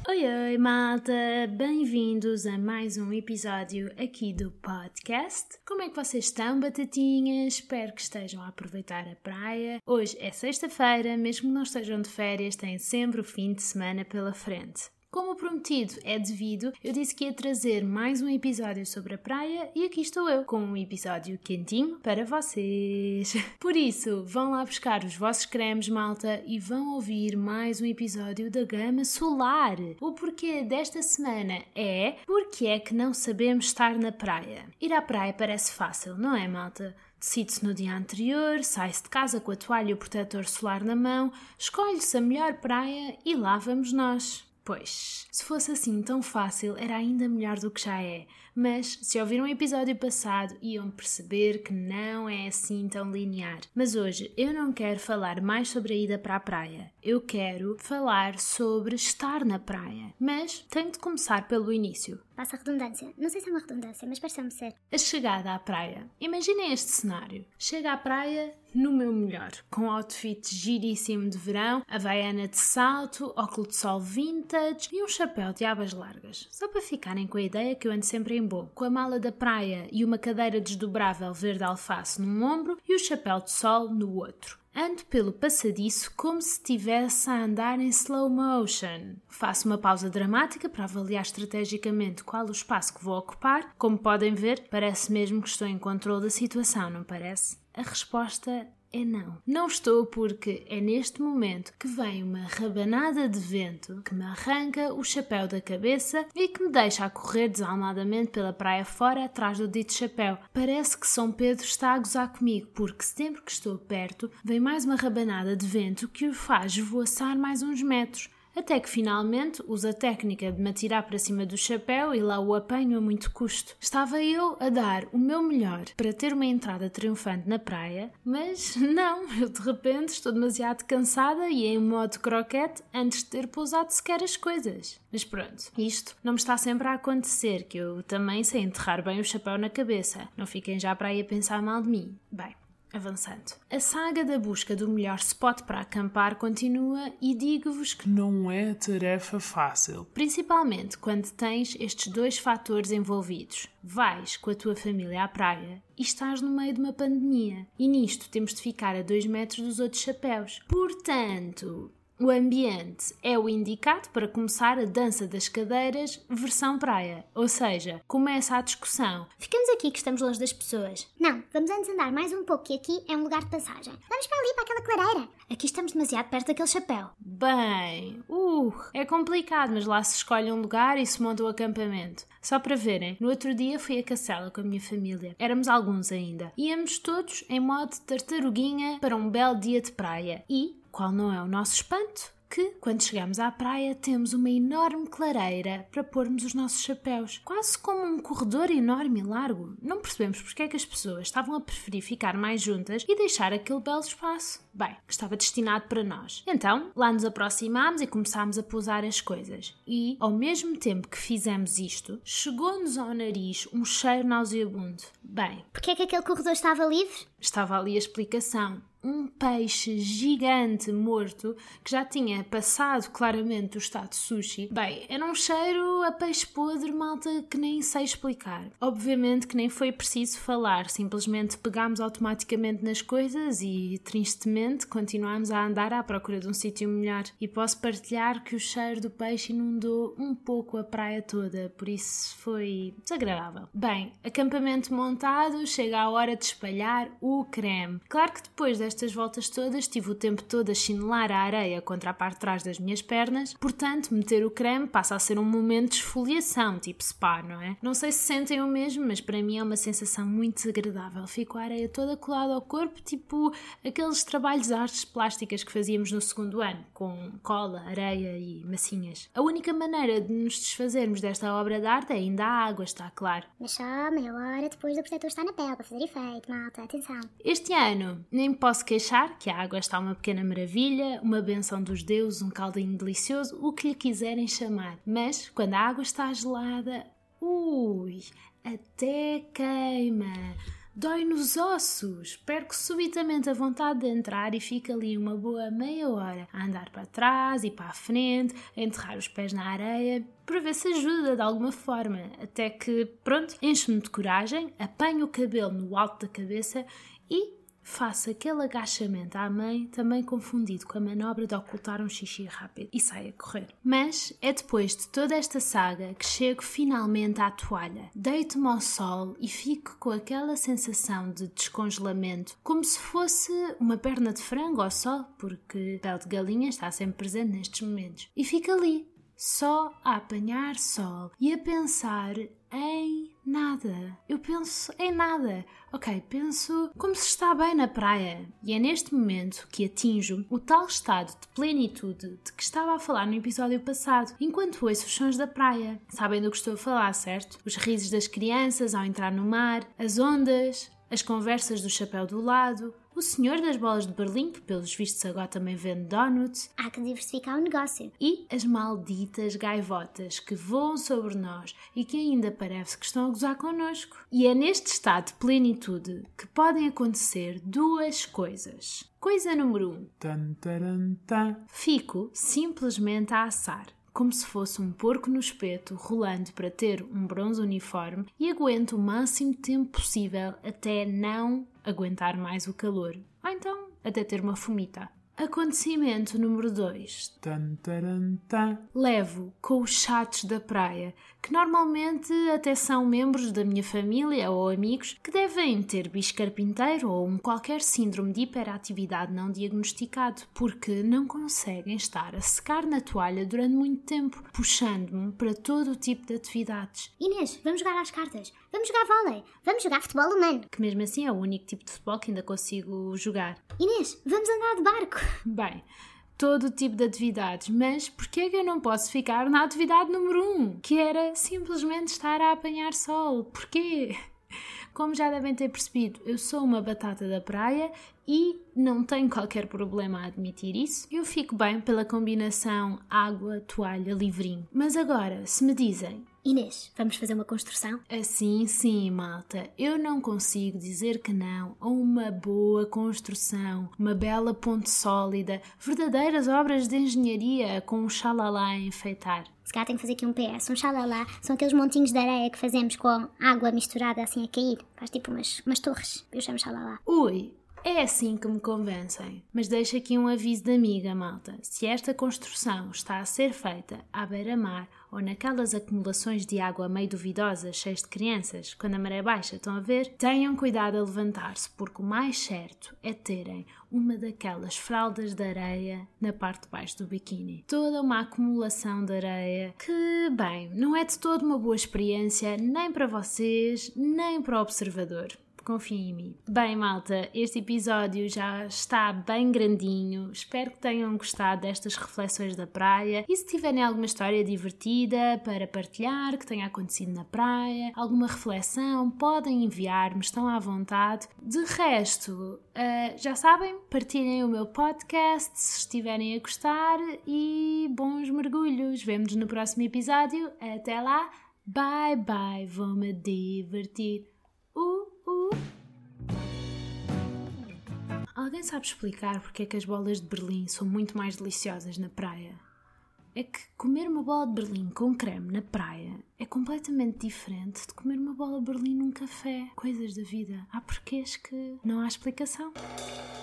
Oi, oi, malta! Bem-vindos a mais um episódio aqui do podcast. Como é que vocês estão, batatinhas? Espero que estejam a aproveitar a praia. Hoje é sexta-feira, mesmo que não estejam de férias, têm sempre o fim de semana pela frente. Como prometido é devido, eu disse que ia trazer mais um episódio sobre a praia e aqui estou eu, com um episódio quentinho para vocês. Por isso, vão lá buscar os vossos cremes, malta, e vão ouvir mais um episódio da Gama Solar. O porquê desta semana é porque é que não sabemos estar na praia. Ir à praia parece fácil, não é, malta? Decide-se no dia anterior, sai-se de casa com a toalha e o protetor solar na mão, escolhe-se a melhor praia e lá vamos nós. Pois, se fosse assim tão fácil, era ainda melhor do que já é. Mas, se ouviram o episódio passado, iam perceber que não é assim tão linear. Mas hoje eu não quero falar mais sobre a ida para a praia. Eu quero falar sobre estar na praia. Mas tenho de começar pelo início. Passa a redundância. Não sei se é uma redundância, mas parece-me ser. A chegada à praia. Imaginem este cenário. Chego à praia no meu melhor, com outfit giríssimo de verão, havaiana de salto, óculos de sol vintage e um chapéu de abas largas. Só para ficarem com a ideia que eu ando sempre em bom. Com a mala da praia e uma cadeira desdobrável verde alface num ombro e o chapéu de sol no outro. Ando pelo passadiço como se estivesse a andar em slow motion. Faço uma pausa dramática para avaliar estrategicamente qual o espaço que vou ocupar. Como podem ver, parece mesmo que estou em controle da situação, não parece? A resposta é não. Não estou porque é neste momento que vem uma rabanada de vento que me arranca o chapéu da cabeça e que me deixa a correr desalmadamente pela praia fora atrás do dito chapéu. Parece que São Pedro está a gozar comigo porque sempre que estou perto vem mais uma rabanada de vento que o faz esvoaçar mais uns metros. Até que finalmente usa a técnica de me atirar para cima do chapéu e lá o apanho a muito custo. Estava eu a dar o meu melhor para ter uma entrada triunfante na praia, mas não, eu de repente estou demasiado cansada e em modo croquete antes de ter pousado sequer as coisas. Mas pronto, isto não me está sempre a acontecer, que eu também sei enterrar bem o chapéu na cabeça. Não fiquem já para aí a pensar mal de mim. Bem, avançando. A saga da busca do melhor spot para acampar continua e digo-vos que não é tarefa fácil. Principalmente quando tens estes dois fatores envolvidos. Vais com a tua família à praia e estás no meio de uma pandemia. E nisto temos de ficar a 2 metros dos outros chapéus. Portanto, o ambiente é o indicado para começar a dança das cadeiras versão praia. Ou seja, começa a discussão. Ficamos aqui que estamos longe das pessoas. Não, vamos antes andar mais um pouco que aqui é um lugar de passagem. Vamos para ali, para aquela clareira. Aqui estamos demasiado perto daquele chapéu. Bem, é complicado, mas lá se escolhe um lugar e se monta o acampamento. Só para verem, no outro dia fui a Cacela com a minha família. Éramos alguns ainda. Íamos todos em modo tartaruguinha para um belo dia de praia. E qual não é o nosso espanto? Que, quando chegamos à praia, temos uma enorme clareira para pormos os nossos chapéus. Quase como um corredor enorme e largo. Não percebemos porque é que as pessoas estavam a preferir ficar mais juntas e deixar aquele belo espaço. Bem, que estava destinado para nós. Então, lá nos aproximámos e começámos a pousar as coisas. E, ao mesmo tempo que fizemos isto, chegou-nos ao nariz um cheiro nauseabundo. Bem, porquê é que aquele corredor estava livre? Estava ali a explicação. Um peixe gigante morto que já tinha passado claramente do estado de sushi. Bem, era um cheiro a peixe podre, malta, que nem sei explicar. Obviamente que nem foi preciso falar, simplesmente pegámos automaticamente nas coisas e, tristemente, continuámos a andar à procura de um sítio melhor. E posso partilhar que o cheiro do peixe inundou um pouco a praia toda, por isso foi desagradável. Bem, acampamento montado, chega a hora de espalhar o creme. Claro que depois destas voltas todas tive o tempo todo a chinelar a areia contra a parte de trás das minhas pernas, portanto meter o creme passa a ser um momento de esfoliação, tipo spa, não é? Não sei se sentem o mesmo, mas para mim é uma sensação muito desagradável. Fico a areia toda colada ao corpo, tipo aqueles trabalhos de artes plásticas que fazíamos no segundo ano, com cola, areia e massinhas. A única maneira de nos desfazermos desta obra de arte é ainda a água, está claro. Mas só meia hora depois do protetor estar na pele para fazer efeito, malta, atenção. Este ano nem me posso queixar que a água está uma pequena maravilha, uma benção dos deuses, um caldinho delicioso, o que lhe quiserem chamar. Mas quando a água está gelada, até queima. dói nos ossos, perco subitamente a vontade de entrar e fico ali uma boa meia hora a andar para trás e para a frente, a enterrar os pés na areia, para ver se ajuda de alguma forma, até que, pronto, encho-me de coragem, apanho o cabelo no alto da cabeça e faço aquele agachamento à mãe, também confundido com a manobra de ocultar um xixi rápido, e saio a correr. Mas é depois de toda esta saga que chego finalmente à toalha. Deito-me ao sol e fico com aquela sensação de descongelamento, como se fosse uma perna de frango ao sol, porque pele de galinha está sempre presente nestes momentos. E fico ali, só a apanhar sol e a pensar em nada. Eu penso em nada. Ok, penso como se está bem na praia. E é neste momento que atinjo o tal estado de plenitude de que estava a falar no episódio passado, enquanto ouço os sons da praia. Sabem do que estou a falar, certo? Os risos das crianças ao entrar no mar, as ondas, as conversas do chapéu do lado, o senhor das bolas de Berlim, que pelos vistos agora também vende donuts. Há que diversificar o negócio. E as malditas gaivotas que voam sobre nós e que ainda parece que estão a gozar connosco. E é neste estado de plenitude que podem acontecer duas coisas. Coisa número 1. Tan, taran, tan. Fico simplesmente a assar, como se fosse um porco no espeto, rolando para ter um bronze uniforme, e aguento o máximo tempo possível até não aguentar mais o calor. Ou então, até ter uma fomita. Acontecimento número 2. Tan, taran, tan. Levo com os chatos da praia, que normalmente até são membros da minha família ou amigos que devem ter bicho carpinteiro ou qualquer síndrome de hiperatividade não diagnosticado, porque não conseguem estar a secar na toalha durante muito tempo, puxando-me para todo o tipo de atividades. Inês, vamos jogar às cartas. Vamos jogar vôlei. Vamos jogar futebol humano. Que mesmo assim é o único tipo de futebol que ainda consigo jogar. Inês, vamos andar de barco. Bem, todo o tipo de atividades, mas porquê é que eu não posso ficar na atividade número 1, que era simplesmente estar a apanhar sol? Porquê? Como já devem ter percebido, eu sou uma batata da praia e não tenho qualquer problema a admitir isso. Eu fico bem pela combinação água, toalha, livrinho. Mas agora, se me dizem: Inês, vamos fazer uma construção? Assim sim, malta, eu não consigo dizer que não a uma boa construção, uma bela ponte sólida, verdadeiras obras de engenharia com um xalala a enfeitar. Se calhar tem que fazer aqui um PS, um xalala, são aqueles montinhos de areia que fazemos com água misturada assim a cair, faz tipo umas torres, eu chamo xalala. Ui, é assim que me convencem. Mas deixo aqui um aviso de amiga, malta. Se esta construção está a ser feita à beira-mar ou naquelas acumulações de água meio duvidosas, cheias de crianças, quando a maré baixa, estão a ver? Tenham cuidado a levantar-se, porque o mais certo é terem uma daquelas fraldas de areia na parte de baixo do biquíni. Toda uma acumulação de areia que, bem, não é de todo uma boa experiência nem para vocês, nem para o observador. Confiem em mim. Bem, malta, este episódio já está bem grandinho. Espero que tenham gostado destas reflexões da praia. E se tiverem alguma história divertida para partilhar, que tenha acontecido na praia, alguma reflexão, podem enviar-me, estão à vontade. De resto, já sabem, partilhem o meu podcast se estiverem a gostar e bons mergulhos. Vemo-nos no próximo episódio. Até lá. Bye, bye. Vou-me divertir. Alguém sabe explicar porque é que as bolas de Berlim são muito mais deliciosas na praia? É que comer uma bola de Berlim com creme na praia é completamente diferente de comer uma bola de Berlim num café. Coisas da vida. Há porquês que não há explicação.